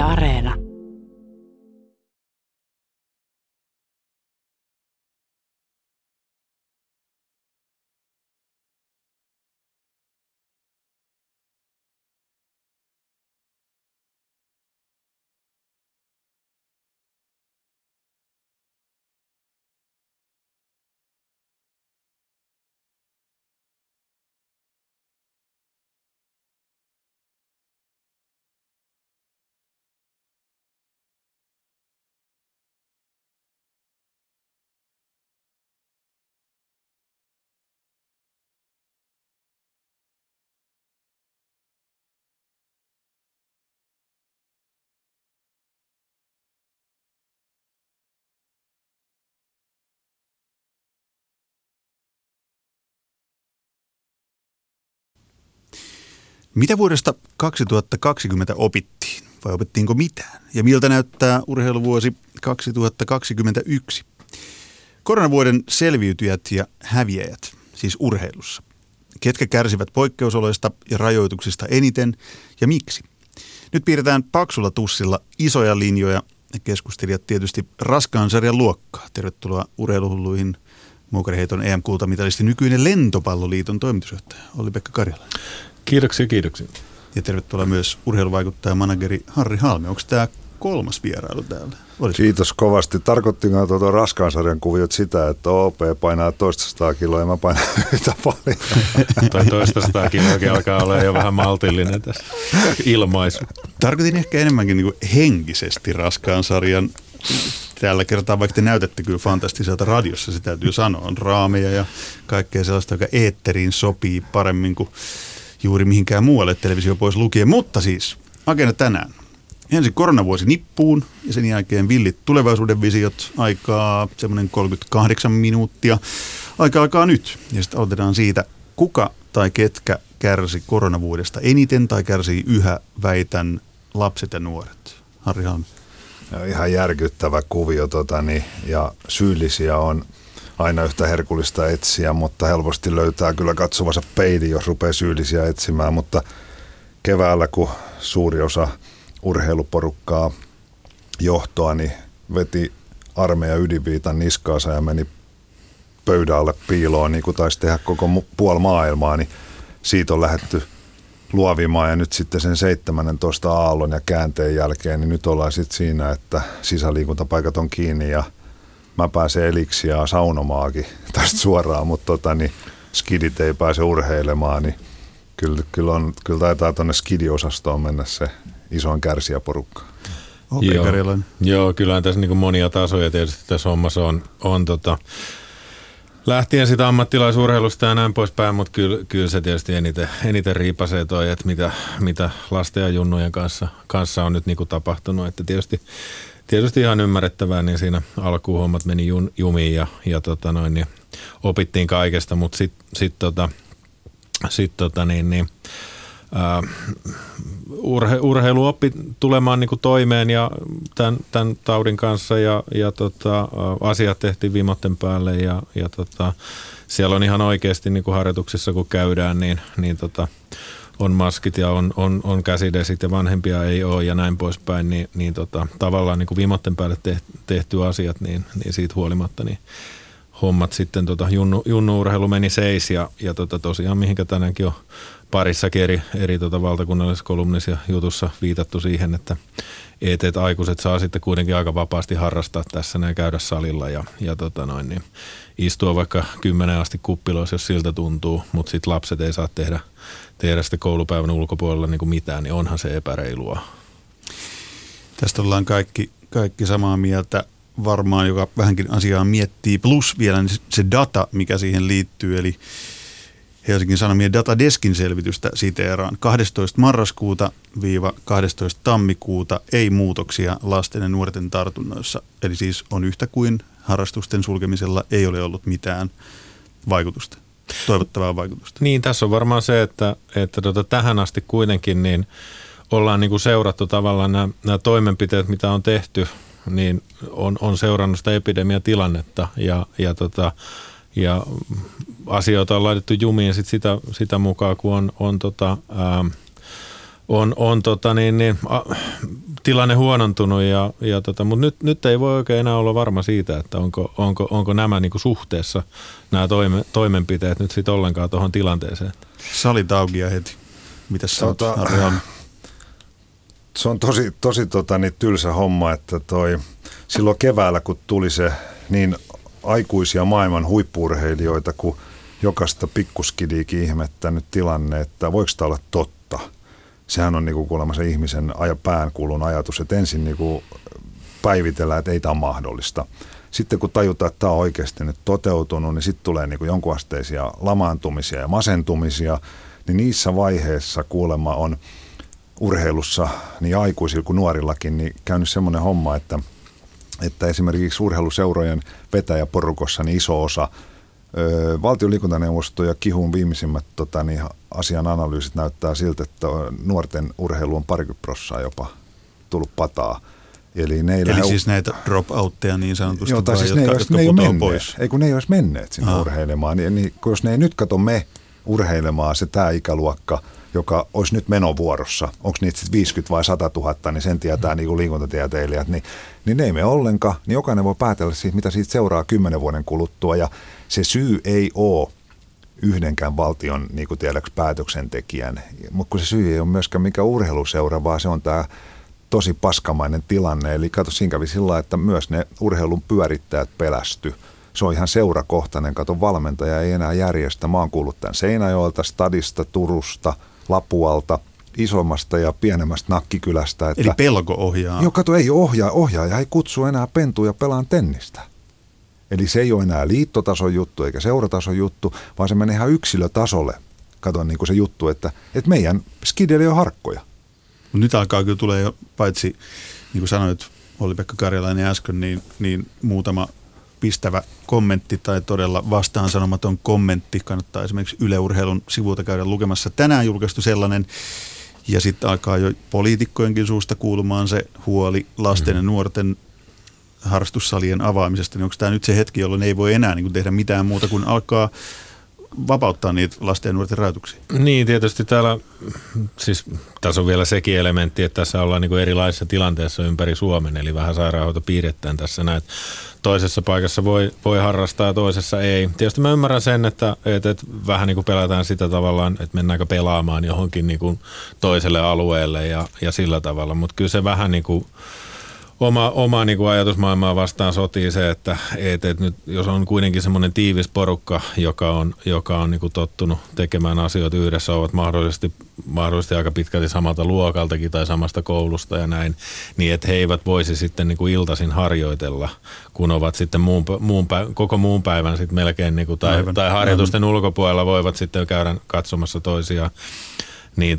Areena. Mitä vuodesta 2020 opittiin, vai opittiinko mitään? Ja miltä näyttää urheiluvuosi 2021? Koronavuoden selviytyjät ja häviäjät, siis urheilussa. Ketkä kärsivät poikkeusoloista ja rajoituksista eniten ja miksi? Nyt piirretään paksulla tussilla isoja linjoja ja keskustelijat tietysti raskaan sarjan luokkaa. Tervetuloa urheiluhulluihin Moukariheiton EM-kultamitalisti, nykyinen Lentopalloliiton toimitusjohtaja Olli-Pekka Karjalainen. Kiitoksia. Ja tervetuloa myös urheiluvaikuttaja manageri Harri Halme. Onko tämä 3. vierailu täällä? Kiitos kovasti. Tarkoittiinko tuota raskaan sarjan kuviot sitä, että OP painaa 200 kiloa ja mä painan yhtä paljon? Toi 200 kiloakin alkaa olla jo vähän maltillinen tässä ilmaisu. Tarkoitin ehkä enemmänkin niin kuin henkisesti raskaan sarjan. Tällä kertaa, vaikka te näytätte kyllä fantastiselta radiossa, se täytyy sanoa, on raameja ja kaikkea sellaista, joka eetteriin sopii paremmin kuin juuri mihinkään muualle televisio pois lukien. Mutta siis, agenda tänään. Ensin koronavuosi nippuun ja sen jälkeen villit tulevaisuuden visiot, aikaa semmoinen 38 minuuttia. Aika alkaa nyt ja sitten aloitetaan siitä, kuka tai ketkä kärsi koronavuodesta eniten tai kärsii yhä, väitän, lapset ja nuoret. Harri Halme. Ihan järkyttävä kuvio ja syyllisiä on aina yhtä herkullista etsiä, mutta helposti löytää kyllä katsovansa peili, jos rupeaa syyllisiä etsimään, mutta keväällä, kun suuri osa urheiluporukkaa johtoa, niin veti armeijan ydinviitan niskaansa ja meni pöydän alle piiloon, niin kuin taisi tehdä koko puoli maailmaa, niin siitä on lähdetty luovimaan ja nyt sitten sen 17 aallon ja käänteen jälkeen, niin nyt ollaan sitten siinä, että sisäliikuntapaikat on kiinni ja mä pääsen eliksi ja saunomaakin tästä suoraan, mutta skidit ei pääse urheilemaan, niin kyllä taitaa tuonne skidiosastoon mennä se isoin kärsijäporukka. Joo, kyllähän tässä niin monia tasoja tietysti tässä hommassa on lähtien sitä ammattilaisurheilusta ja näin poispäin, mutta kyllä se tietysti eniten riipasee toi, että mitä lasten ja junnujen kanssa on nyt niin kuin tapahtunut, että tietysti ihan ymmärrettävää, niin siinä alkuun hommat meni jumiin ja niin opittiin kaikesta, mutta urheilu oppi tulemaan niin kuin toimeen ja tämän taudin kanssa ja asiat tehtiin viimotten päälle ja siellä on ihan oikeasti niin kuin harjoituksissa kun käydään, niin on maskit ja on käsidesit ja vanhempia ei ole ja näin poispäin, niin tavallaan niin kuin viimotten päälle tehty asiat, niin siitä huolimatta niin hommat sitten junnu-urheilu meni seis ja tosiaan mihinkä tänäänkin on parissakin eri valtakunnallisessa kolumnissa ja jutussa viitattu siihen, että aikuiset saa sitten kuitenkin aika vapaasti harrastaa tässä ja käydä salilla ja niin istua vaikka 10 asti kuppiloissa, jos siltä tuntuu, mutta sitten lapset ei saa tehdä sitten koulupäivän ulkopuolella niin kuin mitään, niin onhan se epäreilua. Tästä ollaan kaikki samaa mieltä. Varmaan, joka vähänkin asiaa miettii, plus vielä se data, mikä siihen liittyy, eli Helsingin Sanomien datadeskin selvitystä siteeraan. 12. marraskuuta - 12. tammikuuta ei muutoksia lasten ja nuorten tartunnoissa, eli siis on yhtä kuin harrastusten sulkemisella ei ole ollut mitään vaikutusta, toivottavaa vaikutusta. Niin, tässä on varmaan se, että tähän asti kuitenkin niin ollaan niin kuin seurattu tavallaan nämä toimenpiteet, mitä on tehty, niin on seurannut sitä epidemiatilannetta ja asioita on laitettu jumiin sitä mukaan, kun tilanne huonontunut, mutta nyt ei voi oikein enää olla varma siitä, että onko nämä niin kuin suhteessa nämä toimenpiteet nyt sitten ollenkaan tuohon tilanteeseen. Salit auki ja heti. Mitäs sä oot, Harri Halme? Se on tosi tylsä homma, että silloin keväällä, kun tuli se niin aikuisia maailman huippu-urheilijoita, kun jokaista pikkuskidiikin ihmettänyt tilanne, että voiko tämä olla totta. Sehän on niinku kuulemma se ihmisen päänkuulun ajatus, että ensin niinku päivitellään, että ei tämä ole mahdollista. Sitten kun tajutaan, että tämä on oikeasti nyt toteutunut, niin sitten tulee niinku jonkunasteisia lamaantumisia ja masentumisia, niin niissä vaiheissa kuulemma on urheilussa niin aikuisilla kuin nuorillakin niin käynyt semmoinen homma, että esimerkiksi urheiluseurojen vetäjäporukossa niin iso osa Valtion liikuntaneuvosto ja KIHUn viimeisimmät asian analyysit näyttää siltä, että nuorten urheilu on 20% jopa tullut pataa. Eli siis näitä drop-outteja niin sanotusti, jotka putoaa pois. Ei kun ne ei olisi menneet sinne urheilemaan. Niin, jos ne ei nyt kato me urheilemaan se tämä ikäluokka, joka olisi nyt menovuorossa, onko niitä sitten 50 vai 100 000, niin sen tietää niin liikuntatieteilijät, niin ne ei mene ollenkaan, niin jokainen voi päätellä siitä, mitä siitä seuraa 10 vuoden kuluttua, ja se syy ei ole yhdenkään valtion niin kuin tiedäks päätöksentekijän, mutta kun se syy ei ole myöskään mikä urheiluseura, vaan se on tämä tosi paskamainen tilanne, eli kato, siinä kävi sillä, että myös ne urheilun pyörittäjät pelästy. Se on ihan seurakohtainen, kato, valmentaja ei enää järjestä. Mä oon kuullut tämän Seinäjoelta, Stadista, Turusta, Lapualta, isommasta ja pienemmästä Nakkikylästä. Eli pelko ohjaa. Joo, kato, ei ohjaaja ei kutsu enää pentuja pelaan tennistä. Eli se ei ole enää liittotason juttu eikä seuratason juttu, vaan se menee ihan yksilötasolle. Kato niin kuin se juttu, että meidän skideli on harkkoja. Nyt alkaa kyllä tulee jo, paitsi niin kuin sanoit Olli-Pekka Karjalainen äsken, niin muutama pistävä kommentti tai todella vastaansanomaton kommentti. Kannattaa esimerkiksi Yle Urheilun sivuilta käydä lukemassa. Tänään julkaistu sellainen, ja sitten alkaa jo poliitikkojenkin suusta kuulumaan se huoli lasten ja nuorten harrastussalien avaamisesta. Niin onko tämä nyt se hetki, jolloin ei voi enää niin kuin tehdä mitään muuta kuin alkaa vapauttaa niitä lasten ja nuorten rajoituksia? Niin, tietysti tässä on vielä sekin elementti, että tässä ollaan niin kuin erilaisissa tilanteissa ympäri Suomen, eli vähän sairaanhoitopiirittäin tässä näin. Toisessa paikassa voi harrastaa ja toisessa ei. Tietysti mä ymmärrän sen, että vähän niin kuin pelätään sitä tavallaan, että mennäänkö pelaamaan johonkin niin kuin toiselle alueelle ja sillä tavalla, mutta kyllä se vähän niin kuin oma niin kuin ajatusmaailmaa vastaan sotii se, että nyt, jos on kuitenkin semmoinen tiivis porukka, joka on niin kuin tottunut tekemään asioita yhdessä, ovat mahdollisesti aika pitkälti samalta luokaltakin tai samasta koulusta ja näin, niin että he eivät voisi sitten niin kuin iltaisin harjoitella, kun ovat sitten koko muun päivän sitten melkein niin kuin, tai harjoitusten ulkopuolella voivat sitten käydä katsomassa toisiaan. Niin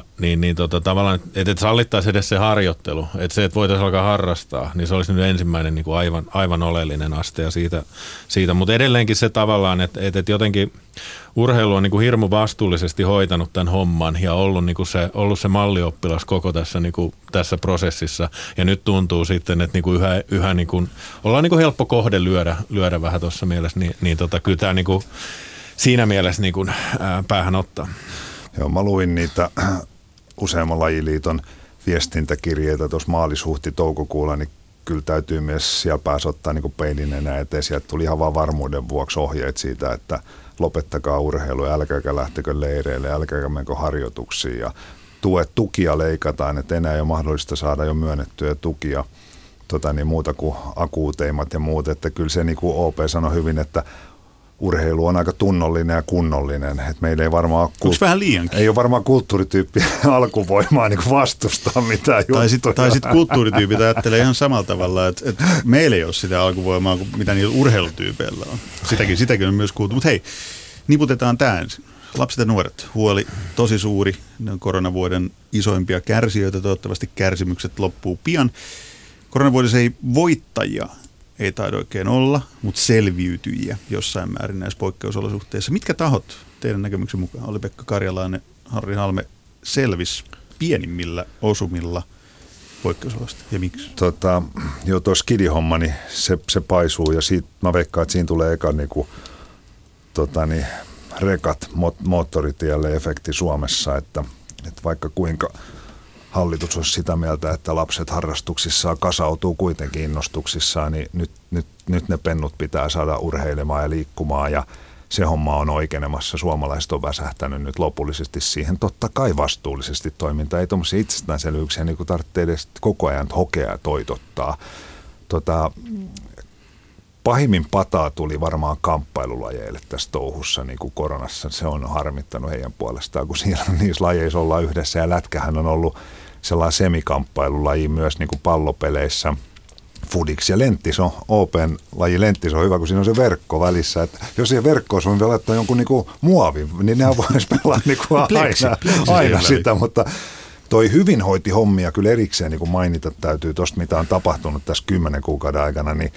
tavallaan, että sallittaisiin edes se harjoittelu, että se, että voitaisiin alkaa harrastaa, niin se olisi nyt ensimmäinen niin kuin aivan oleellinen aste ja siitä. Mutta edelleenkin se tavallaan, että jotenkin urheilu on niin kuin hirmu vastuullisesti hoitanut tämän homman ja ollut se mallioppilas koko tässä, niin kuin, tässä prosessissa. Ja nyt tuntuu sitten, että niin kuin yhä niin kuin, ollaan niin kuin helppo kohde lyödä vähän tuossa mielessä, niin kyllä tämä niin kuin, siinä mielessä niin kuin, päähän ottaa. Joo, mä luin niitä useamman lajiliiton viestintäkirjeitä tuossa maalis-huhti-toukokuulla, niin kyllä täytyy myös siellä päässä ottaa niin kuin peilin enää eteen. Sieltä tuli ihan vaan varmuuden vuoksi ohjeet siitä, että lopettakaa urheilu, älkääkä lähtekö leireille, älkääkä menkö harjoituksiin ja tukia leikataan, että enää ei ole mahdollista saada jo myönnettyjä tukia niin muuta kuin akuuteimmat ja muut, että kyllä se niin kuin OP sanoi hyvin, että urheilu on aika tunnollinen ja kunnollinen. Et meillä ei varmaan vähän liiankin? Ei ole varmaan kulttuurityyppiä alkuvoimaa niin vastustaa mitään juttuja. Tai sitten kulttuurityypit ajattelee ihan samalla tavalla, että meillä ei ole sitä alkuvoimaa kuin mitä niillä urheilutyypeillä on. Sitäkin on myös kuultu. Mutta hei, niputetaan tämä ensin. Lapset ja nuoret, huoli tosi suuri. Ne on koronavuoden isoimpia kärsijöitä. Toivottavasti kärsimykset loppuu pian. Koronavuodessa ei voittajia ei taida oikein olla, mutta selviytyjiä jossain määrin näissä poikkeusolosuhteissa. Mitkä tahot teidän näkemyksen mukaan, Olli-Pekka Karjalainen, Harri Halme, selvisi pienimmillä osumilla poikkeusolosta ja miksi? Joo, tuo skidihomma, niin se paisuu ja siitä, mä veikkaan, että siinä tulee eka rekat moottoritielle efekti Suomessa, että vaikka kuinka hallitus olisi sitä mieltä, että lapset harrastuksissaan kasautuu kuitenkin innostuksissaan, niin nyt ne pennut pitää saada urheilemaan ja liikkumaan ja se homma on oikeenemassa. Suomalaiset on väsähtänyt nyt lopullisesti siihen. Totta kai vastuullisesti toimintaa. Ei tuommoisia itsestäänselvyyksiä niin kuin tarvitse edes koko ajan hokea ja toitottaa. Pahimmin pataa tuli varmaan kamppailulajeille tässä touhussa niin kuin koronassa. Se on harmittanut heidän puolestaan, kun siellä niissä lajeissa ollaan yhdessä. Ja lätkähän on ollut sellainen semikamppailulaji myös niin kuin pallopeleissä. Fudiksi ja lenttis on Open laji. Lenttis on hyvä, kun siinä on se verkko välissä. Että jos siihen verkkoon on vielä laittaa jonkun niinku muovin, niin ne voisi pelaa niinku aina sitä. Mutta toi hyvin hoiti hommia kyllä erikseen niin kuin mainita täytyy tuosta, mitä on tapahtunut tässä 10 kuukauden aikana, niin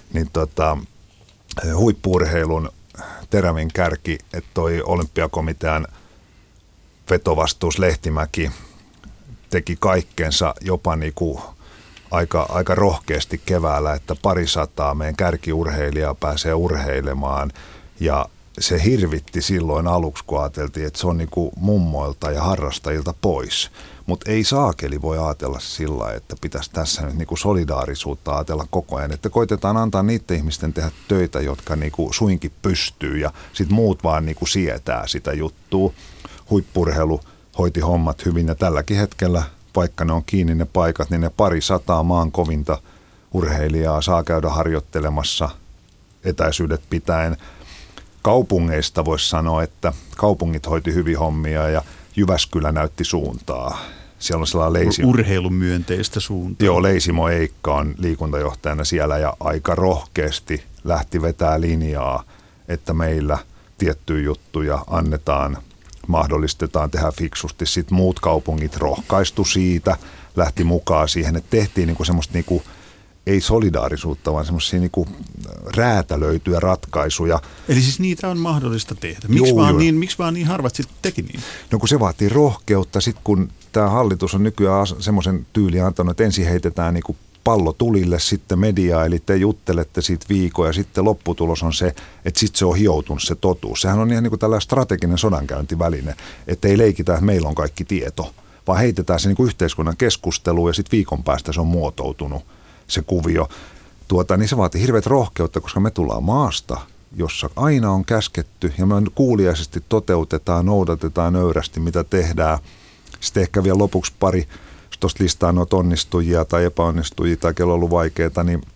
huippu-urheilun terävin kärki, että toi Olympiakomitean vetovastuus Lehtimäki teki kaikkensa jopa niinku aika rohkeasti keväällä, että 200 meidän kärkiurheilijaa pääsee urheilemaan ja se hirvitti silloin aluksi, kun ajateltiin, että se on niinku mummoilta ja harrastajilta pois. Mutta ei saakeli voi ajatella sillä, että pitäisi tässä nyt niinku solidaarisuutta ajatella koko ajan, että koitetaan antaa niiden ihmisten tehdä töitä, jotka niinku suinkin pystyy ja sitten muut vaan niinku sietää sitä juttua. Huippu-urheilu hoiti hommat hyvin ja tälläkin hetkellä, vaikka ne on kiinni ne paikat, niin ne 200 maan kovinta urheilijaa saa käydä harjoittelemassa etäisyydet pitäen. Kaupungeista voisi sanoa, että kaupungit hoiti hyvin hommia ja Jyväskylä näytti suuntaa. Siellä on sellainen urheilumyönteistä suuntaa. Joo, Leisimo Eikka on liikuntajohtajana siellä ja aika rohkeasti lähti vetää linjaa, että meillä tiettyjä juttuja annetaan, mahdollistetaan tehdä fiksusti. Sitten muut kaupungit rohkaistu siitä, lähti mukaan siihen, että tehtiin niinku semmoista niinku, ei solidaarisuutta, vaan semmoisia niinku räätälöityjä ratkaisuja. Eli siis niitä on mahdollista tehdä. Miksi vaan niin harvat sitten teki niin? No kun se vaatii rohkeutta, sitten kun tämä hallitus on nykyään semmoisen tyyliin antanut, että ensin heitetään niinku pallo tulille, sitten mediaa, eli te juttelette siitä viikon ja sitten lopputulos on se, että sitten se on hioutunut se totuus. Sehän on ihan niin kuin tällainen strateginen sodankäyntiväline, että ei leikitä, että meillä on kaikki tieto, vaan heitetään se niin kuin yhteiskunnan keskusteluun ja sitten viikon päästä se on muotoutunut se kuvio. Niin se vaatii hirveät rohkeutta, koska me tullaan maasta, jossa aina on käsketty ja me kuuliaisesti toteutetaan, noudatetaan nöyrästi, mitä tehdään. Sitten ehkä vielä lopuksi pari, jos tuosta listaa noita onnistujia tai epäonnistujia tai kello on ollut vaikeaa, niin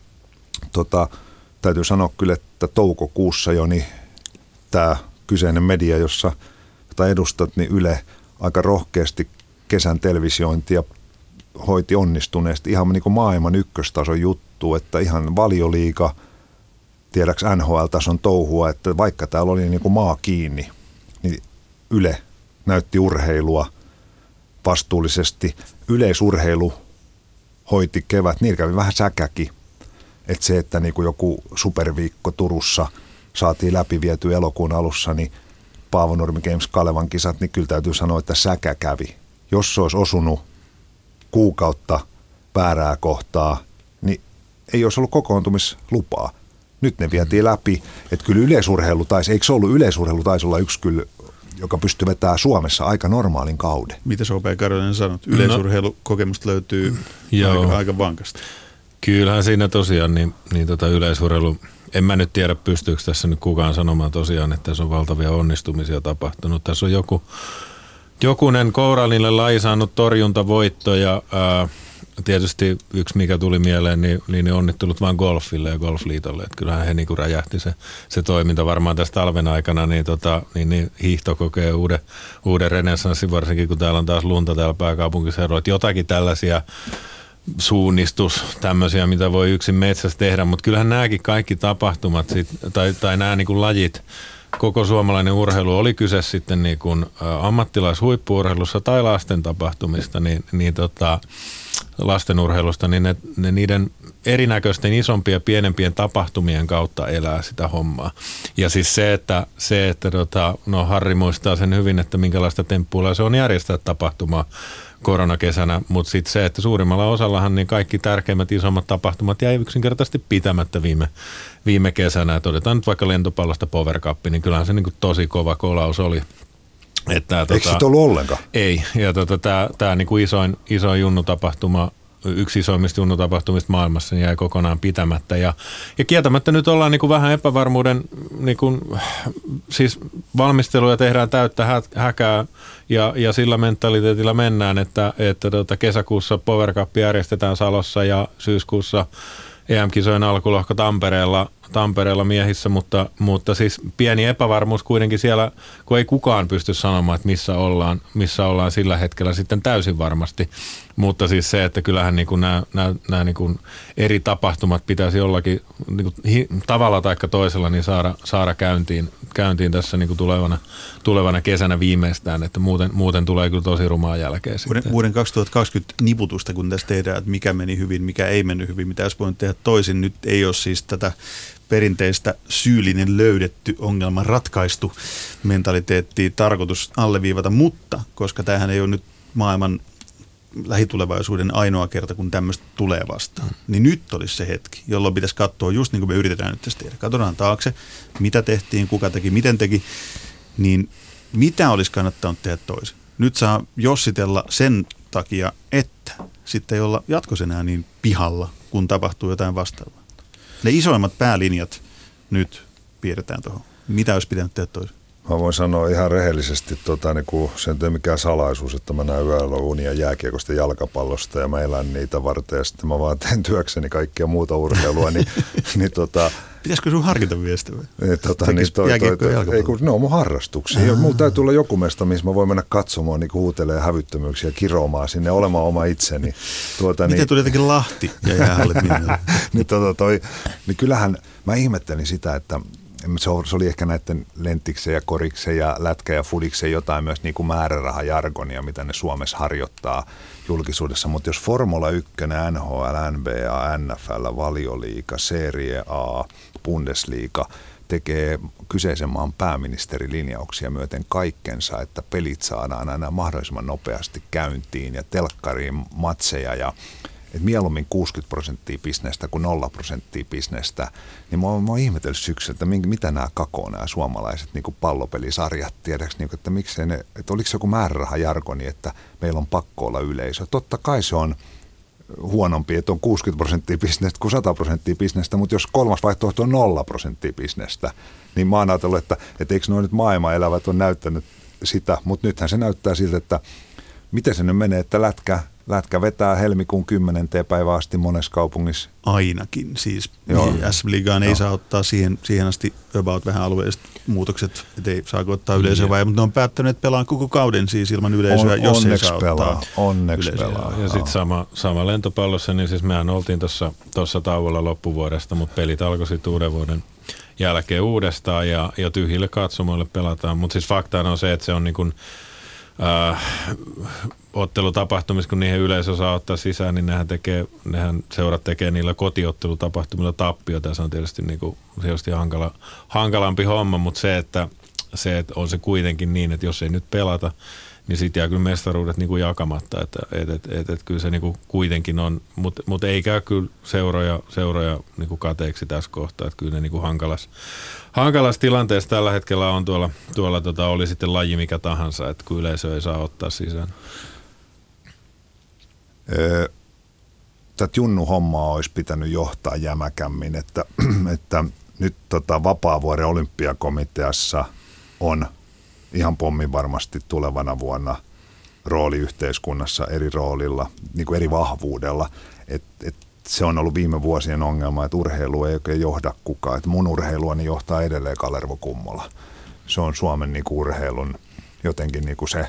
täytyy sanoa kyllä, että toukokuussa jo niin tämä kyseinen media, jota edustat, niin Yle aika rohkeasti kesän televisiointia hoiti onnistuneesti ihan niin kuin maailman ykköstason juttu, että ihan Valioliiga, tiedäks NHL-tason touhua, että vaikka täällä oli niin kuin maa kiinni, niin Yle näytti urheilua vastuullisesti. Yleisurheilu hoiti kevät, niin kävi vähän säkäkin, että se, että niin kuin joku superviikko Turussa saatiin läpi viety elokuun alussa, niin Paavo Nurmi Games Kalevan kisat, niin kyllä täytyy sanoa, että säkä kävi. Jos se olisi osunut kuukautta väärää kohtaa, niin ei olisi ollut kokoontumislupaa. Nyt ne vietiin läpi, että kyllä yleisurheilu eikö se ollut yleisurheilu taisi olla yksi kyllä, joka pystyy vetämään Suomessa aika normaalin kauden. Mitä Sope Karolinen sanot? Yleisurheilukokemusta löytyy aika vankasti. Kyllähän siinä tosiaan niin yleisurheilu, en mä nyt tiedä pystyykö tässä nyt kukaan sanomaan tosiaan, että tässä on valtavia onnistumisia tapahtunut. Tässä on jokunen kourallinen laji saanut torjuntavoitto ja tietysti yksi mikä tuli mieleen, niin onnittelut vaan golfille ja golfliitolle. Että kyllähän he niinku räjähti se toiminta varmaan tässä talven aikana, niin hiihto kokee uuden renessanssin, varsinkin kun täällä on taas lunta täällä pääkaupunkiseudulla. Että jotakin tällaisia suunnistus, tämmöisiä, mitä voi yksin metsässä tehdä, mutta kyllähän nämäkin kaikki tapahtumat tai nämä niinku lajit, koko suomalainen urheilu, oli kyse sitten niin kuin ammattilaishuippu-urheilussa tai lasten tapahtumista, lastenurheilusta, niin ne niiden erinäköisten isompien ja pienempien tapahtumien kautta elää sitä hommaa. Ja siis se, että Harri muistaa sen hyvin, että minkälaista temppuilla se on järjestää tapahtumaa koronakesänä, mutta sitten se, että suurimmalla osallahan niin kaikki tärkeimmät isommat tapahtumat jäi yksinkertaisesti pitämättä viime kesänä. Et otetaan nyt vaikka lentopallosta Power Cup, niin kyllähän se niin kuin tosi kova kolaus Eikö se ollut ollenkaan? Ei, ja tämä niinku isoin junnutapahtuma, yksi isoimmista junnutapahtumista maailmassa, niin jäi kokonaan pitämättä. Ja kieltämättä nyt ollaan niinku vähän epävarmuuden, niinku, siis valmisteluja tehdään täyttä häkää, ja sillä mentaliteetillä mennään, että kesäkuussa Power Cup järjestetään Salossa ja syyskuussa EM-kisojen alkulohko Tampereella miehissä, mutta siis pieni epävarmuus kuitenkin siellä, kun ei kukaan pysty sanomaan, että missä ollaan sillä hetkellä sitten täysin varmasti. Mutta siis se, että kyllähän niin kuin nämä niin kuin eri tapahtumat pitäisi jollakin niin kuin tavalla tai toisella niin saada käyntiin tässä niin kuin tulevana kesänä viimeistään, että muuten tulee kyllä tosi rumaa jälkeä. Vuoden 2020 niputusta, kun tässä tehdään, että mikä meni hyvin, mikä ei mennyt hyvin, mitä olisi voinut tehdä toisin. Nyt ei ole siis tätä perinteistä syyllinen löydetty, ongelman ratkaistu mentaliteettia tarkoitus alleviivata, mutta koska tämähän ei ole nyt maailman lähitulevaisuuden ainoa kerta, kun tämmöistä tulee vastaan, niin nyt olisi se hetki, jolloin pitäisi katsoa just niin kuin me yritetään nyt tässä tehdä. Katsotaan taakse, mitä tehtiin, kuka teki, miten teki, niin mitä olisi kannattanut tehdä toisin. Nyt saa jossitella sen takia, että sitten ei olla jatkossa enää niin pihalla, kun tapahtuu jotain vastaavaa. Ne isoimmat päälinjat nyt piirretään tuohon. Mitä olisi pitänyt tehdä toisin? Mä voin sanoa ihan rehellisesti, niin kun se ei ole mikään salaisuus, että mä näen yöllä unia jääkiekosta, jalkapallosta ja mä elän niitä varten ja sitten mä vaan teen työkseni kaikkea muuta urheilua. Pitäisikö sun harkita viestiä? Ei kun ne on mun harrastuksia. Mulla täytyy olla joku mesta, missä mä voin mennä katsomaan, niin huutelee hävyttömyyksiä, kiromaan sinne, olemaan oma itseni. Miten tuli jotenkin Lahti ja jäähallit minne? niin kyllähän mä ihmettelin sitä, että se oli ehkä näiden lentiksen ja koriksen ja lätkä ja fudiksen jotain myös niin kuin määrärahajargonia, mitä ne Suomessa harjoittaa julkisuudessa. Mutta jos Formula 1, NHL, NBA, NFL, Valioliiga, Serie A, Bundesliga tekee kyseisen maan pääministerilinjauksia myöten kaikkensa, että pelit saadaan aina mahdollisimman nopeasti käyntiin ja telkkariin matseja ja että mieluummin 60% bisnestä kuin 0% bisnestä, niin mä oon ihmetellyt syksyllä, että mitä nämä kakoo nämä suomalaiset niin kuin pallopelisarjat, tiedäks, niin kuin, että miksei ne, että oliko se joku määrärahajargoni, että meillä on pakko olla yleisö. Totta kai se on huonompi, että on 60% bisnestä kuin 100% bisnestä, mutta jos kolmas vaihtoehto on 0% bisnestä, niin mä oon ajatellut, että eikö nuo nyt maailmanelävät on näyttänyt sitä, mutta nythän se näyttää siltä, että miten se nyt menee, että lätkä vetää helmikuun 10. päivää asti monessa kaupungissa. Ainakin. Siis S-liigaan ei saa ottaa siihen asti about vähän alueelliset muutokset, että ei saako ottaa yleisöä vai, mutta ne on päättäneet, että pelaan koko kauden siis ilman yleisöä, jos ei saa ottaa Onneksi yleisöä. pelaa. Ja sitten sama lentopallossa, niin siis mehän oltiin tuossa tauolla loppuvuodesta, mutta pelit alkoi sitten uuden vuoden jälkeen uudestaan ja tyhjille katsomoille pelataan. Mutta siis faktaana on se, että se on niin kuin ottelutapahtumissa, kun niihin yleisö saa ottaa sisään, niin nehän seurat tekee niillä kotiottelutapahtumilla tappiota. Se on tietysti, hankalampi homma, mutta se, että on se kuitenkin niin, että jos ei nyt pelata, niin sitten jää kyllä mestaruudet niin kuin jakamatta. Että kyllä se niin kuin kuitenkin on, mutta ei käy kyllä seuroja niin kuin kateeksi tässä kohtaa. Että kyllä ne niin kuin hankalassa tilanteessa tällä hetkellä on tuolla oli sitten laji mikä tahansa, että kun yleisö ei saa ottaa sisään. Tätä Junnu-hommaa olisi pitänyt johtaa jämäkämmin, että nyt Vapaavuoren olympiakomiteassa on ihan pommin varmasti tulevana vuonna rooli yhteiskunnassa eri roolilla, niin kuin eri vahvuudella. Se on ollut viime vuosien ongelma, että urheilu ei oikein johda kukaan. Että mun urheiluani johtaa edelleen Kalervo Kummola. Se on Suomen niin kuin urheilun jotenkin niin kuin se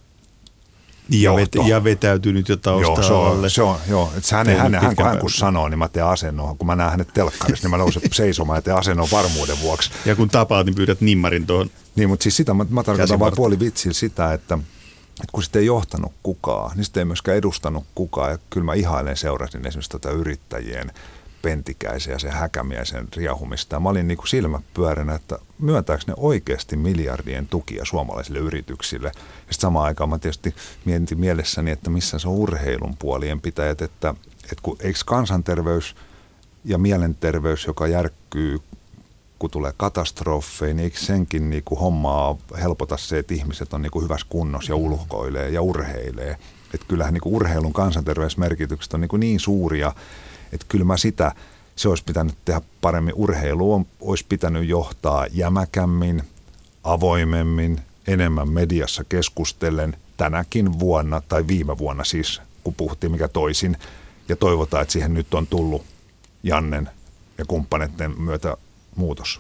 ja vetäytynyt jo taustalla. Hän kun sanoo, niin mä teen asennoa. Kun mä näen hänet telkkarissa, niin mä nousen seisomaan ja teen asennoa varmuuden vuoksi. Ja kun tapaat, niin pyydät nimmarin tuohon. Niin, mutta siis sitä mä tarkoitan vain puolivitsillä sitä, että kun sitä ei johtanut kukaan, niin sitä ei myöskään edustanut kukaan. Ja kyllä mä ihailen seurasin esimerkiksi tätä yrittäjien Pentikäisen ja sen Häkämiesen riahumista. Ja mä olin niin kuin silmäpyöränä, että myöntääkö ne oikeasti miljardien tukia suomalaisille yrityksille. Ja sitten samaan aikaan mä tietysti mietin mielessäni, että missä se on urheilun puolien pitäjät, että kun eikö kansanterveys ja mielenterveys, joka järkkyy kun tulee katastrofeja, niin eikö senkin niin kuin hommaa helpota se, että ihmiset on niin kuin hyvässä kunnossa ja ulkoilee ja urheilee. Että kyllähän niin kuin urheilun kansanterveysmerkitykset on niin suuria, että kyllä se olisi pitänyt tehdä paremmin. Urheilu olisi pitänyt johtaa jämäkämmin, avoimemmin, enemmän mediassa keskustellen tänäkin vuonna tai viime vuonna siis, kun puhuttiin mikä toisin. Ja toivotaan, että siihen nyt on tullut Jannen ja kumppaneiden myötä muutos.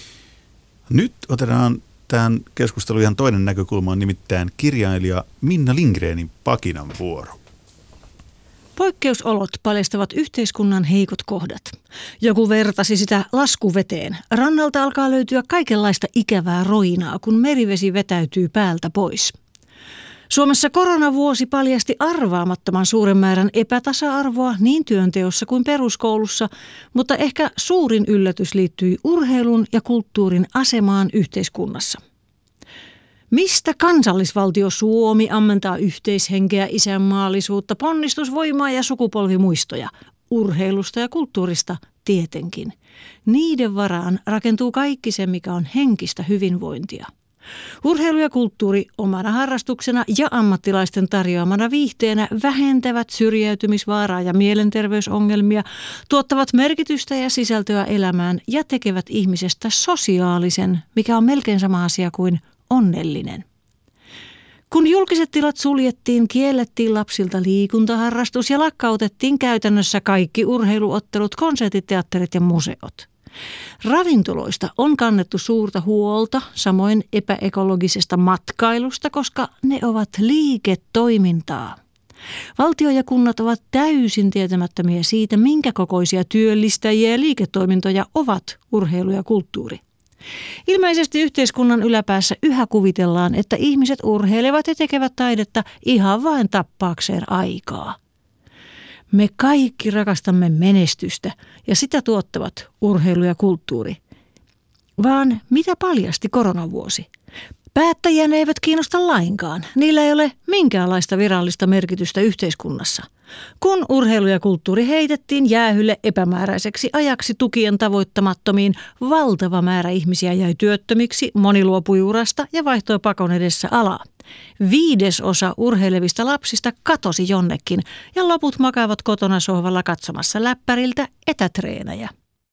Nyt otetaan tähän keskusteluun ihan toinen näkökulma, on nimittäin kirjailija Minna Lindgrenin pakinan vuoro. Poikkeusolot paljastavat yhteiskunnan heikot kohdat. Joku vertasi sitä laskuveteen. Rannalta alkaa löytyä kaikenlaista ikävää roinaa, kun merivesi vetäytyy päältä pois. Suomessa koronavuosi paljasti arvaamattoman suuren määrän epätasa-arvoa niin työnteossa kuin peruskoulussa, mutta ehkä suurin yllätys liittyi urheilun ja kulttuurin asemaan yhteiskunnassa. Mistä kansallisvaltio Suomi ammentaa yhteishenkeä, isänmaallisuutta, ponnistusvoimaa ja sukupolvimuistoja? Urheilusta ja kulttuurista tietenkin. Niiden varaan rakentuu kaikki se, mikä on henkistä hyvinvointia. Urheilu ja kulttuuri omana harrastuksena ja ammattilaisten tarjoamana viihteenä vähentävät syrjäytymisvaaraa ja mielenterveysongelmia, tuottavat merkitystä ja sisältöä elämään ja tekevät ihmisestä sosiaalisen, mikä on melkein sama asia kuin onnellinen. Kun julkiset tilat suljettiin, kiellettiin lapsilta liikuntaharrastus ja lakkautettiin käytännössä kaikki urheiluottelut, konsertit, teatterit ja museot. Ravintoloista on kannettu suurta huolta, samoin epäekologisesta matkailusta, koska ne ovat liiketoimintaa. Valtio ja kunnat ovat täysin tietämättömiä siitä, minkä kokoisia työllistäjiä ja liiketoimintoja ovat urheilu ja kulttuuri. Ilmeisesti yhteiskunnan yläpäässä yhä kuvitellaan, että ihmiset urheilevat ja tekevät taidetta ihan vain tappaakseen aikaa. Me kaikki rakastamme menestystä ja sitä tuottavat urheilu ja kulttuuri. Vaan mitä paljasti koronavuosi? Päättäjiä ne eivät kiinnosta lainkaan. Niillä ei ole minkäänlaista virallista merkitystä yhteiskunnassa. Kun urheilu ja kulttuuri heitettiin jäähylle epämääräiseksi ajaksi tukien tavoittamattomiin, valtava määrä ihmisiä jäi työttömiksi, moni luopui urasta ja vaihtoi pakon edessä alaa. 1/5 urheilevista lapsista katosi jonnekin ja loput makaavat kotona sohvalla katsomassa läppäriltä etätreenejä.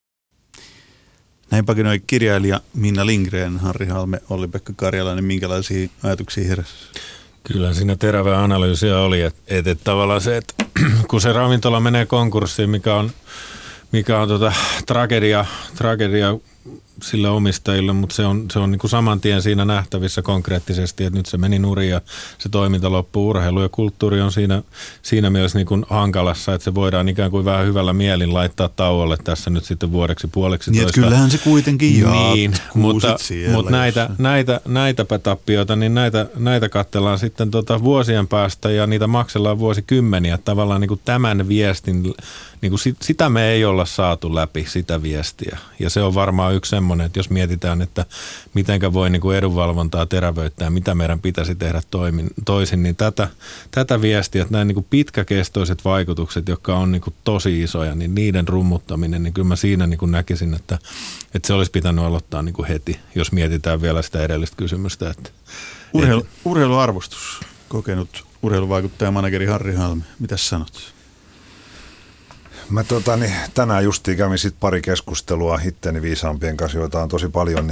Näin pakinoi kirjailija Minna Lindgren, Harri Halme, Olli-Pekka Karjalainen. Minkälaisia ajatuksia heräsi? Kyllä siinä terävää analyysiä oli, että tavallaan se, että kun se ravintola menee konkurssiin, mikä on tragedia sille omistajille, mutta se on niin kuin saman tien siinä nähtävissä konkreettisesti, että nyt se meni nurin ja se toiminta loppuu. Urheilu ja kulttuuri on siinä mielessä niin kuin hankalassa, että se voidaan ikään kuin vähän hyvällä mielin laittaa tauolle tässä nyt sitten vuodeksi puoleksi. Niin, kyllähän se kuitenkin niin, mutta näitäpä tappioita, niin näitä katsellaan sitten vuosien päästä ja niitä maksellaan vuosikymmeniä. Tavallaan niin kuin tämän viestin, niin kuin sitä me ei olla saatu läpi, sitä viestiä. Ja se on varmaan yksi semmoinen, että jos mietitään, että mitenkä voi niin kuin edunvalvontaa terävöittää, mitä meidän pitäisi tehdä toisin, niin tätä viestiä, että nämä niin kuin pitkäkestoiset vaikutukset, jotka on niin kuin tosi isoja, niin niiden rummuttaminen, niin kyllä mä siinä niin kuin näkisin, että se olisi pitänyt aloittaa niin kuin heti, jos mietitään vielä sitä edellistä kysymystä. Urheiluarvostus, kokenut urheiluvaikuttaja manageri Harri Halme, mitäs sanot? Mä tänään justiin kävin sit pari keskustelua itteni viisaampien kanssa, joita on tosi paljon,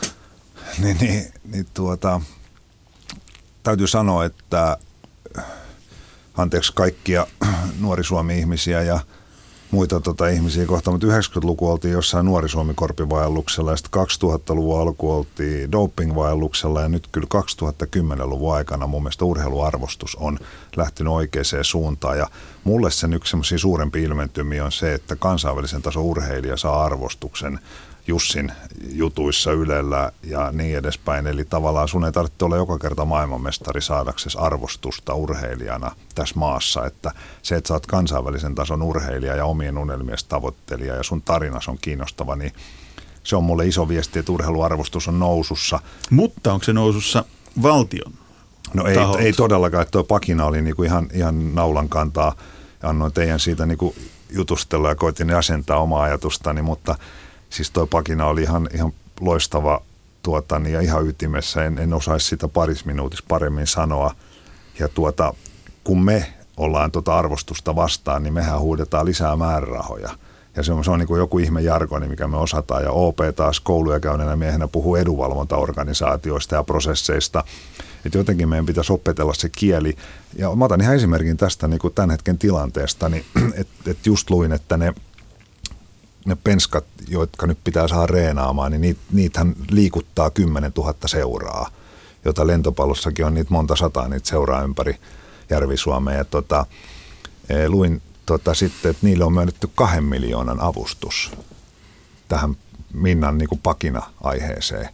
täytyy sanoa, että anteeksi kaikkia Nuori Suomi-ihmisiä ja muita ihmisiä kohtaan, mutta 90-luku oltiin jossain Nuori Suomi-korpivaelluksella ja sitten 2000-luvun alku oltiin dopingvaelluksella ja nyt kyllä 2010-luvun aikana mun mielestä urheiluarvostus on lähtenyt oikeaan suuntaan ja mulle sen yksi semmoisia suurempi ilmentymiä on se, että kansainvälisen tason urheilija saa arvostuksen Jussin jutuissa Ylellä ja niin edespäin. Eli tavallaan sun ei tarvitse olla joka kerta maailmanmestari saadaksesi arvostusta urheilijana tässä maassa. Että se, että sä oot kansainvälisen tason urheilija ja omien unelmien tavoittelija ja sun tarinas on kiinnostava, niin se on mulle iso viesti, että urheiluarvostus on nousussa. Mutta onko se nousussa valtion? No ei todellakaan, että tuo pakina oli niinku ihan naulan kantaa. Annoin teidän siitä niinku jutustella ja koitin asentaa omaa ajatustani, mutta Siis toi pakina oli ihan loistava ja ihan ytimessä. En osaisi sitä parissa minuutissa paremmin sanoa. Ja kun me ollaan arvostusta vastaan, niin mehän huudetaan lisää määrärahoja. Ja se on niin kuin joku ihme jargoni, mikä me osataan. Ja OP taas kouluja käyneenä miehenä puhuu edunvalvontaorganisaatioista ja prosesseista. Että jotenkin meidän pitäisi opetella se kieli. Ja mä otan ihan esimerkin tästä niin kuin tämän hetken tilanteesta, niin, että just luin, että ne penskat, jotka nyt pitää saada reenaamaan, niin niitähän liikuttaa 10 000 seuraa, jota lentopallossakin on niitä monta sataa niitä seuraa ympäri Järvi-Suomea. Ja luin sitten, että niille on myönnetty 2 miljoonan avustus tähän Minnan niin kuin pakina-aiheeseen.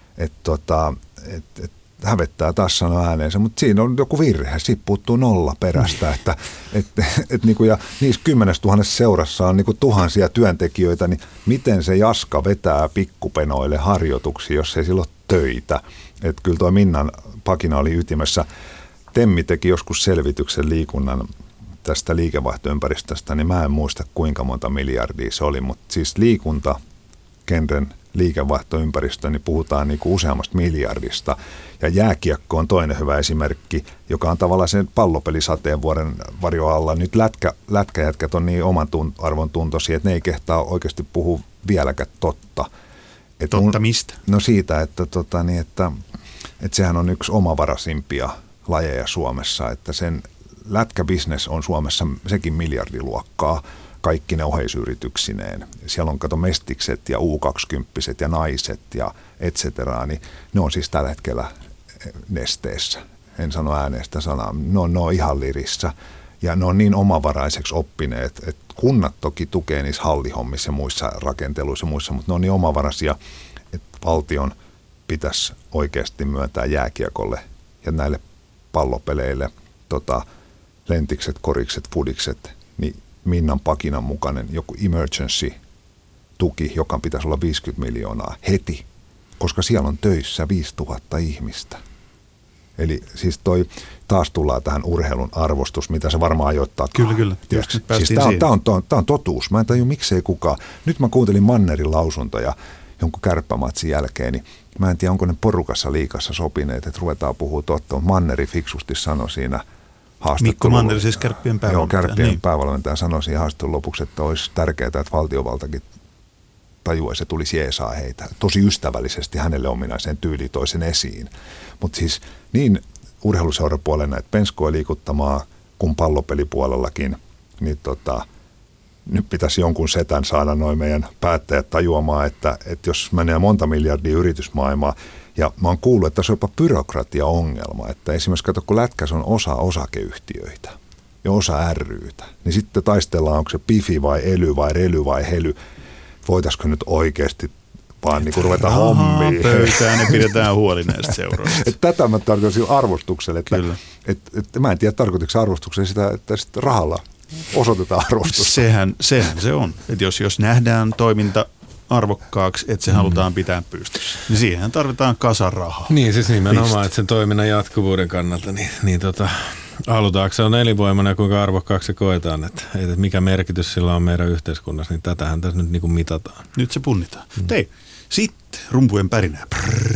Hävettää taas sanoa ääneensä, mutta siinä on joku virhe. Siitä puuttuu 0 perästä. Ja niissä 10 000 seurassa on niin kuin tuhansia työntekijöitä, niin miten se Jaska vetää pikkupenoille harjoituksia, jos ei sillä ole töitä? Että kyllä tuo Minnan pakina oli ytimessä. Temmi teki joskus selvityksen liikunnan tästä liikevaihtoympäristöstä, niin mä en muista kuinka monta miljardia se oli, mutta siis liikuntakenren liikevaihtoympäristö, niin puhutaan niin kuin useammasta miljardista. Ja jääkiekko on toinen hyvä esimerkki, joka on tavallaan sen pallopelisateenvuoren varjo alla. Nyt lätkäjätkät on niin oman arvon tuntoisia, että ne ei kehtaa oikeasti puhua vieläkään totta. Totta mistä? No siitä, että sehän on yksi omavaraisimpia lajeja Suomessa, että sen lätkäbisnes on Suomessa sekin miljardiluokkaa, kaikki ne oheisyrityksineen. Siellä on mestikset ja U20 ja naiset ja et cetera, niin ne on siis tällä hetkellä Nesteessä. En sano äänestä sanaa, ne on ihan lirissä ja ne on niin omavaraiseksi oppineet, että kunnat toki tukee niissä hallihommissa ja muissa rakenteluissa ja muissa, mutta ne on niin omavaraisia, että valtion pitäisi oikeasti myöntää jääkiekolle ja näille pallopeleille lentikset, korikset, fudikset, niin Minnan pakinan mukainen joku emergency-tuki, joka pitäisi olla 50 miljoonaa heti, koska siellä on töissä 5000 ihmistä. Eli siis taas tullaan tähän urheilun arvostus, mitä se varmaan ajoittaa. Kyllä. Siis tämä on totuus. Mä en tajua, miksei kukaan. Nyt mä kuuntelin Mannerin lausuntoja jonkun kärppämatsin jälkeen, niin mä en tiedä, onko ne porukassa liigassa sopineet, että ruvetaan puhua totta. Manneri fiksusti sanoi siinä Mikko Manneri, siis Kärppien päävalmentaja. Joo, Kärppien päävalmentaja sanoi siinä haastattelun lopuksi, että olisi tärkeää, että valtiovaltakin tajuaisi ja tulisi jeesaa heitä. Tosi ystävällisesti hänelle ominaiseen tyyliin toisen esiin. Mutta siis niin urheiluseurapuolella näitä penskoja liikuttamaan kuin pallopelipuolellakin, niin nyt pitäisi jonkun setän saada noin meidän päättäjät tajuamaan, että jos menee monta miljardia yritysmaailmaa, ja mä oon kuullut, että se on jopa byrokratiaongelma, että esimerkiksi kun lätkäs on osa osakeyhtiöitä ja osa ry:tä, niin sitten taistellaan, onko se pifi vai ely vai rely vai hely, voitaisiko nyt oikeasti vaan niin kuin ruveta hommiin. Pöytään ja pidetään huoli näistä seuroista. Tätä mä tarkoitan sillä arvostuksella, että mä en tiedä tarkoitatko arvostuksella sitä, että sitten rahalla osoitetaan arvostusta. Sehän se on, että jos nähdään toiminta arvokkaaksi, että se halutaan pitää pystyssä. Niin siihen tarvitaan kasarahaa. Niin, siis nimenomaan, että sen toiminnan jatkuvuuden kannalta, niin halutaanko se on elinvoimana ja kuinka arvokkaaksi se koetaan, että mikä merkitys sillä on meidän yhteiskunnassa, niin tätähän tässä nyt niin kuin mitataan. Nyt se punnitaan. Sitten rumpujen pärinää.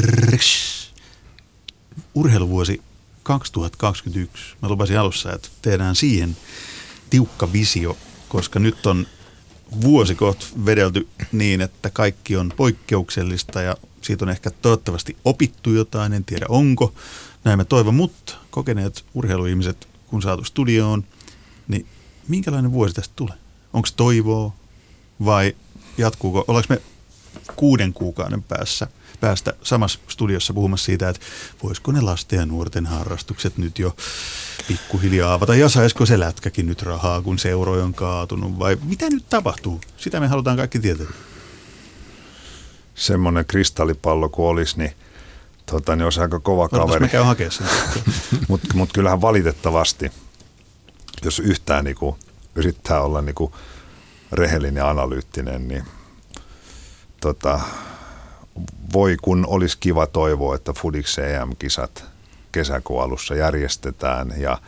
Urheiluvuosi 2021. Mä lupasin alussa, että tehdään siihen tiukka visio, koska nyt on vuosi kohta vedelty niin, että kaikki on poikkeuksellista ja siitä on ehkä toivottavasti opittu jotain, en tiedä onko. Näin mä toivon, mutta kokeneet urheiluihmiset, kun saatu studioon, niin minkälainen vuosi tästä tulee? Onko toivoa vai jatkuuko? Ollaanko me 6 kuukauden päästä samassa studiossa puhumassa siitä, että voisiko ne lasten ja nuorten harrastukset nyt jo pikkuhiljaa avata ja saisiko se lätkäkin nyt rahaa, kun seuroja on kaatunut vai mitä nyt tapahtuu? Sitä me halutaan kaikki tietää. Semmoinen kristallipallo kun olisi, niin olisi aika kova kaveri. Me käy hakea sen. Mutta kyllähän valitettavasti, jos yhtään niinku yrittää olla niinku rehellinen ja analyyttinen, niin voi kun olisi kiva toivoa, että Fudiksen EM-kisat kesäkuun alussa järjestetään ja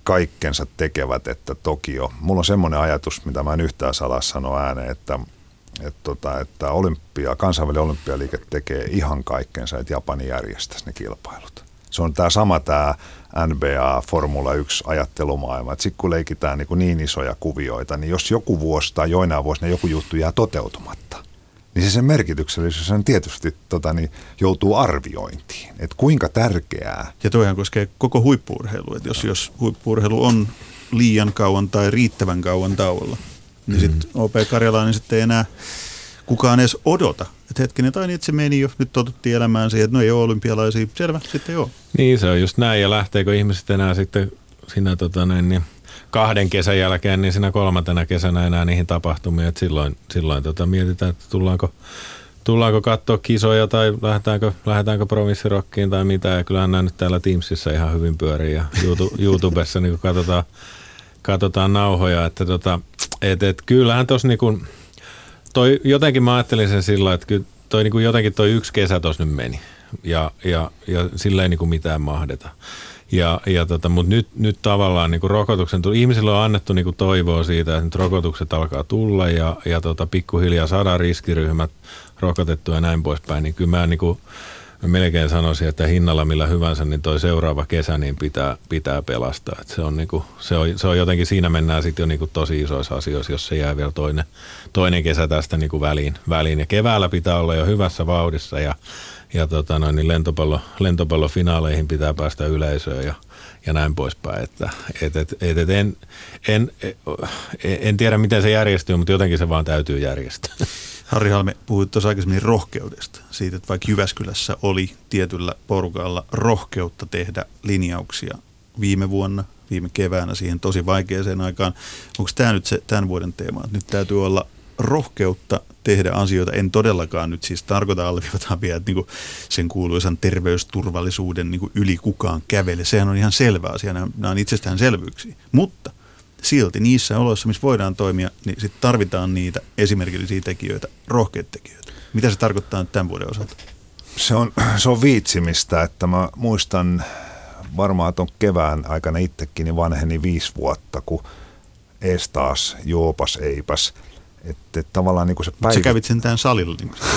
kaikkensa tekevät, että Tokio. Mulla on semmoinen ajatus, mitä mä en yhtään salaa sanoa ääneen, että että kansainvälinen olympialiike tekee ihan kaikkensa, että Japani järjestäisi ne kilpailut. Se on tämä NBA Formula 1 ajattelumaailma, että sitten kun leikitään niin isoja kuvioita, niin jos joku vuosi tai joinain vuosina joku juttu jää toteutumatta, niin se sen merkityksellisyys on tietysti joutuu arviointiin, että kuinka tärkeää. Ja toihan koskee koko huippu-urheilua, että jos huippu-urheilu on liian kauan tai riittävän kauan tauolla, niin sitten OP Karjala niin sitten ei enää kukaan edes odota. Että hetkinen, tai niin, että se meni jo, nyt totuttiin elämään siihen, että no ei ole olympialaisia, selvä, sitten joo. Niin, se on just näin, ja lähteekö ihmiset enää sitten siinä 2 kesän jälkeen, niin siinä 3. kesänä enää niihin tapahtumiin, että silloin mietitään, että tullaanko katsoa kisoja tai lähdetäänkö provinssirokkiin tai mitä, ja kyllähän nämä nyt täällä Teamsissa ihan hyvin pyörii, ja YouTubessa niin katsotaan nauhoja, että kyllähän tuossa jotenkin mä ajattelin sen sillä, että kyllä jotenkin toi 1 kesä tuossa nyt meni ja sillä ei mitään mahdeta. Mutta nyt tavallaan rokotuksen ihmisille on annettu toivoa siitä, että nyt rokotukset alkaa tulla ja pikkuhiljaa saadaan riskiryhmät rokotettua ja näin poispäin. Niin kyllä mä melkein sanoisin, että hinnalla millä hyvänsä, niin toi seuraava kesä niin pitää pelastaa. Et se on jotenkin, siinä mennään sitten jo tosi isoissa asioissa, jos se jää vielä toinen kesä tästä väliin. Ja keväällä pitää olla jo hyvässä vauhdissa ja niin lentopallofinaaleihin pitää päästä yleisöön ja näin poispäin. En tiedä, miten se järjestyy, mutta jotenkin se vaan täytyy järjestää. Harri Halme, puhuit tuossa aikaisemmin rohkeudesta. Siitä, että vaikka Jyväskylässä oli tietyllä porukalla rohkeutta tehdä linjauksia viime keväänä siihen tosi vaikeaseen aikaan. Onko tämä nyt se tämän vuoden teema? Nyt täytyy olla rohkeutta tehdä asioita. En todellakaan nyt siis tarkoita alleviivataan vielä, että sen kuuluisan terveysturvallisuuden yli kukaan kävele. Sehän on ihan selvä asia. Nämä on itsestäänselvyyksiä. Mutta silti niissä oloissa, missä voidaan toimia, niin sitten tarvitaan niitä esimerkillisiä tekijöitä, rohkeita tekijöitä. Mitä se tarkoittaa nyt tämän vuoden osalta? Se on viitsimistä, että mä muistan varmaan tuon kevään aikana itsekin niin vanheni 5 vuotta, kun ees taas joopas eipäs. Että tavallaan se sä kävit sen tämän salilla.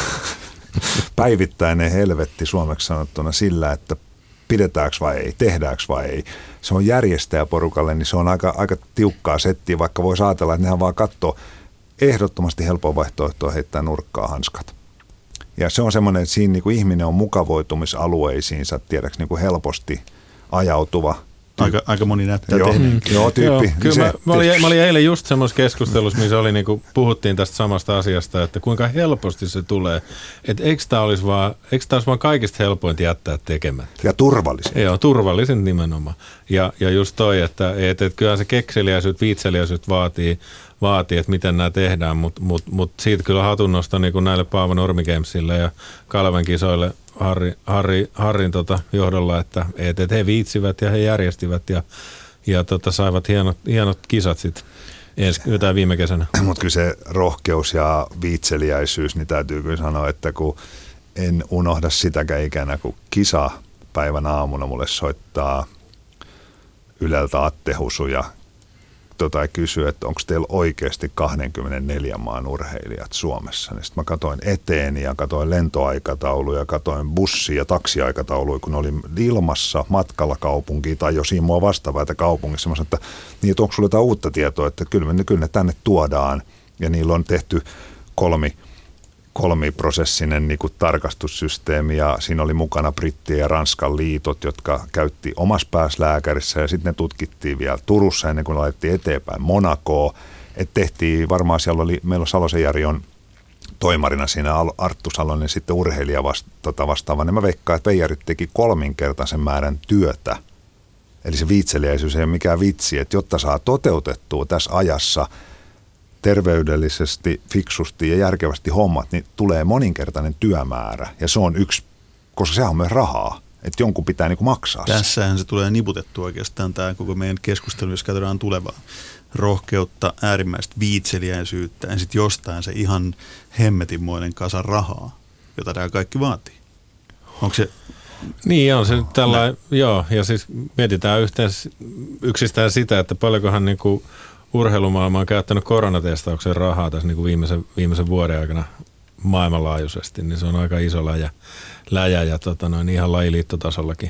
Päivittäinen helvetti suomeksi sanottuna sillä, että pidetäänkö vai ei, tehdäänkö vai ei. Se on järjestäjäporukalle, niin se on aika tiukkaa settiä, vaikka voisi ajatella, että nehän vaan katsoo ehdottomasti helpoa vaihtoehtoa heittää nurkkaa hanskat. Ja se on semmoinen, että siinä ihminen on mukavoitumisalueisiinsa, tiedäks helposti ajautuva. Aika moni näyttää tehneen. Joo, tyyppi. Kyllä mä olin eilen just semmoisessa keskustelussa, missä oli puhuttiin tästä samasta asiasta, että kuinka helposti se tulee. Että eikö tämä olisi vaan kaikista helpointa jättää tekemättä? Ja turvallisin. Joo, turvallisin nimenomaan. Ja just toi, että kyllä se kekseliäisyys, viitseliäisyys vaatii, että miten nämä tehdään, mutta siitä kyllä hatunnosta näille Paavo Nurmi Gamesille ja Kalven kisoille Harrin johdolla, että he viitsivät ja he järjestivät ja saivat hienot kisat sitten viime kesänä. Mutta kyllä se rohkeus ja viitseliäisyys, niin täytyy kyllä sanoa, että kun en unohda sitäkään ikänä, kun kisapäivän aamuna mulle soittaa Yleltä Atte Husu ja kysyy, että onko teillä oikeasti 24 maan urheilijat Suomessa. Niin sitten mä katsoin eteeni ja katsoin lentoaikatauluja, katsoin bussi- ja taksiaikatauluja, kun oli ilmassa matkalla kaupunkiin tai jo siinä mua vastaavaa, että kaupungissa. Mä sanoin, että niin, onko sulla jotain uutta tietoa, että kyllä ne tänne tuodaan ja niillä on tehty kolmiprosessinen tarkastussysteemi ja siinä oli mukana Brittien ja Ranskan liitot, jotka käytti omassa päässä lääkärissä ja sitten ne tutkittiin vielä Turussa ennen kuin laitettiin eteenpäin Monakoon. Et tehtiin varmaan meillä on Salosen Jari on toimarina siinä Arttu Salonen sitten urheilija vastaava, niin mä veikkaan, että veijarit teki 3-kertaisen määrän työtä. Eli se viitseliäisyys ei ole mikään vitsi, että jotta saa toteutettua tässä ajassa terveydellisesti, fiksusti ja järkevästi hommat, niin tulee moninkertainen työmäärä. Ja se on yksi, koska sehän on myös rahaa, että jonkun pitää maksaa. Tässähän se tulee niputettua oikeastaan tämä koko meidän keskustelu, jos katsotaan tulevaa. Rohkeutta, äärimmäistä viitseliäisyyttä ja sitten jostain se ihan hemmetinmoinen kasa rahaa, jota tämä kaikki vaatii. Onko se... Niin on se tällainen, joo, ja siis mietitään yksistään sitä, että paljonkohan urheilumaailma on käyttänyt koronatestaukseen rahaa tässä niin kuin viimeisen vuoden aikana maailmanlaajuisesti, niin se on aika iso läjä ja ihan lajiliittotasollakin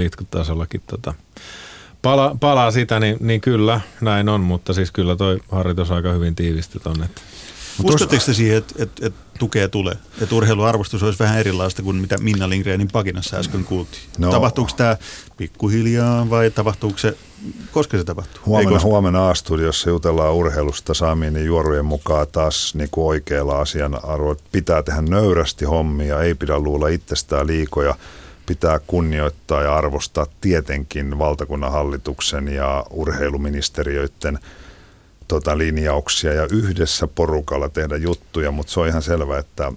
palaa sitä, niin kyllä näin on, mutta siis kyllä toi harjoitus aika hyvin tiivisti tonne. Uskotteko te siihen, että tukea tulee? Että urheiluarvostus olisi vähän erilaista kuin mitä Minna Lindgrenin pakinassa äsken kuultiin? No. Tapahtuuko tämä pikkuhiljaa vai tapahtuuko se, koska se tapahtuu? Huomenna A-studiossa jutellaan urheilusta Samin juorujen mukaan taas niin kuin oikealla asian arvo. Pitää tehdä nöyrästi hommia, ei pidä luulla itsestään liikoja. Pitää kunnioittaa ja arvostaa tietenkin valtakunnan hallituksen ja urheiluministeriöiden linjauksia ja yhdessä porukalla tehdä juttuja, mutta se on ihan selvä, että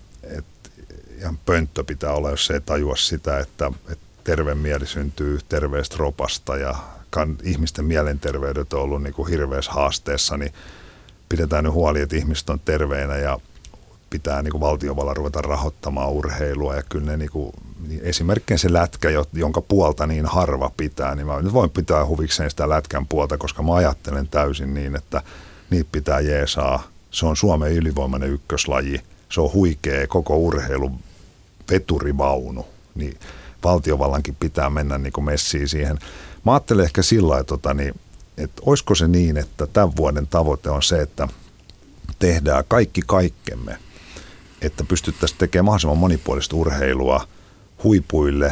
ihan pönttö pitää olla, jos ei tajua sitä, että terve mieli syntyy terveestä ropasta ja ihmisten mielenterveydet on ollut niin kuin hirveässä haasteessa, niin pidetään nyt huoli, että ihmiset on terveinä ja pitää niin kuin valtiovallan ruveta rahoittamaan urheilua ja kyllä ne niin kuin, esimerkiksi se lätkä, jonka puolta niin harva pitää, niin mä nyt voin pitää huvikseen sitä lätkän puolta, koska mä ajattelen täysin niin, että niitä pitää jeesaa. Se on Suomen ylivoimainen ykköslaji. Se on huikea koko urheilun veturivaunu. Niin valtiovallankin pitää mennä niin kuin messiin siihen. Mä ajattelen ehkä sillä lailla, että olisiko se niin, että tämän vuoden tavoite on se, että tehdään kaikki kaikkemme, että pystyttäisiin tekemään mahdollisimman monipuolista urheilua huipuille,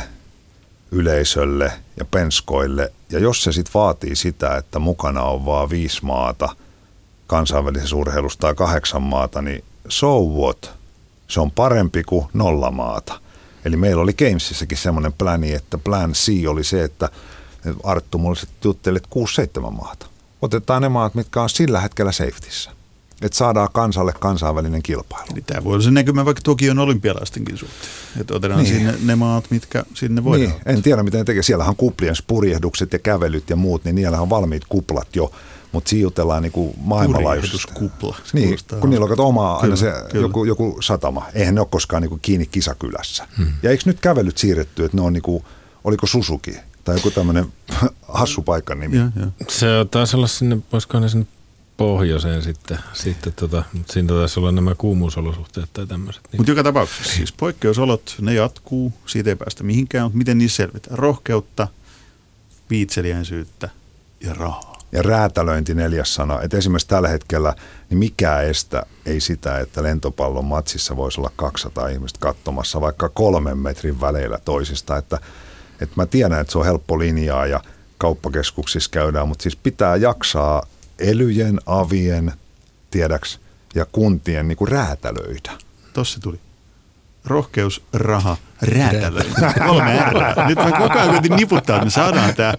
yleisölle ja penskoille. Ja jos se sitten vaatii sitä, että mukana on vaan 5 maata kansainvälisessä urheilussa tai 8 maata, niin so what? Se on parempi kuin 0 maata. Eli meillä oli Gamesissäkin semmoinen pläni, että plan C oli se, että Arttu mulle sitten jutteli, että 6-7 maata. Otetaan ne maat, mitkä on sillä hetkellä safetyssä. Että saadaan kansalle kansainvälinen kilpailu. Eli tämä voi olla se näkymä vaikka Tokion olympialaistenkin suhteen. Että otetaan niin sinne ne maat, mitkä sinne voidaan niin. En tiedä, miten ne tekee. Siellähän on kuplien purjehdukset ja kävelyt ja muut, niin niillähän on valmiit kuplat jo. Mutta siinä jutellaan niinku maailmanlaajuisesti. Purjehduskupla. Niin, kun niillä on omaa aina se joku satama. Eihän ne ole koskaan niinku kiinni kisakylässä. Ja eikö nyt kävelyt siirretty, että ne on niinku, oliko Suzuki tai joku tämmöinen hassu paikan nimi? Se taisi olla sinne, voisiko ne sinne pohjoiseen sitten mutta siinä taisi olla nämä kuumuusolosuhteet tai tämmöiset. Niin. Mutta joka tapauksessa siis poikkeusolot, ne jatkuu, siitä ei päästä mihinkään, mutta miten niissä selvitään? Rohkeutta, viitseliäisyyttä ja rahaa. Ja räätälöinti 4. sana. Että esimerkiksi tällä hetkellä niin mikään ei sitä, että lentopallon matsissa voisi olla 200 ihmistä katsomassa vaikka 3 metrin väleillä toisista. Että mä tiedän, että se on helppo linjaa ja kauppakeskuksissa käydään, mutta siis pitää jaksaa elyjen, avien, tiedäks, ja kuntien niin kuin räätälöidä. Tossa tuli. Rohkeus, raha, räätälöidä. 3 R. Nyt mä koko ajan koitin niputtaa, että me saadaan tää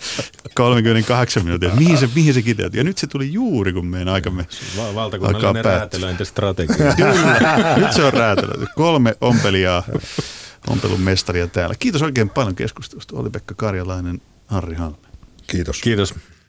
38 minuuttia. Mihin se kiteytyy? Ja nyt se tuli juuri, kun meidän aikamme valtakunnallinen räätälöintistrategia. Kyllä, nyt se on räätälöity. 3 ompelijaa, ompelun mestaria täällä. Kiitos oikein paljon keskustelusta. Olli-Pekka Karjalainen, Harri Halme. Kiitos. Kiitos.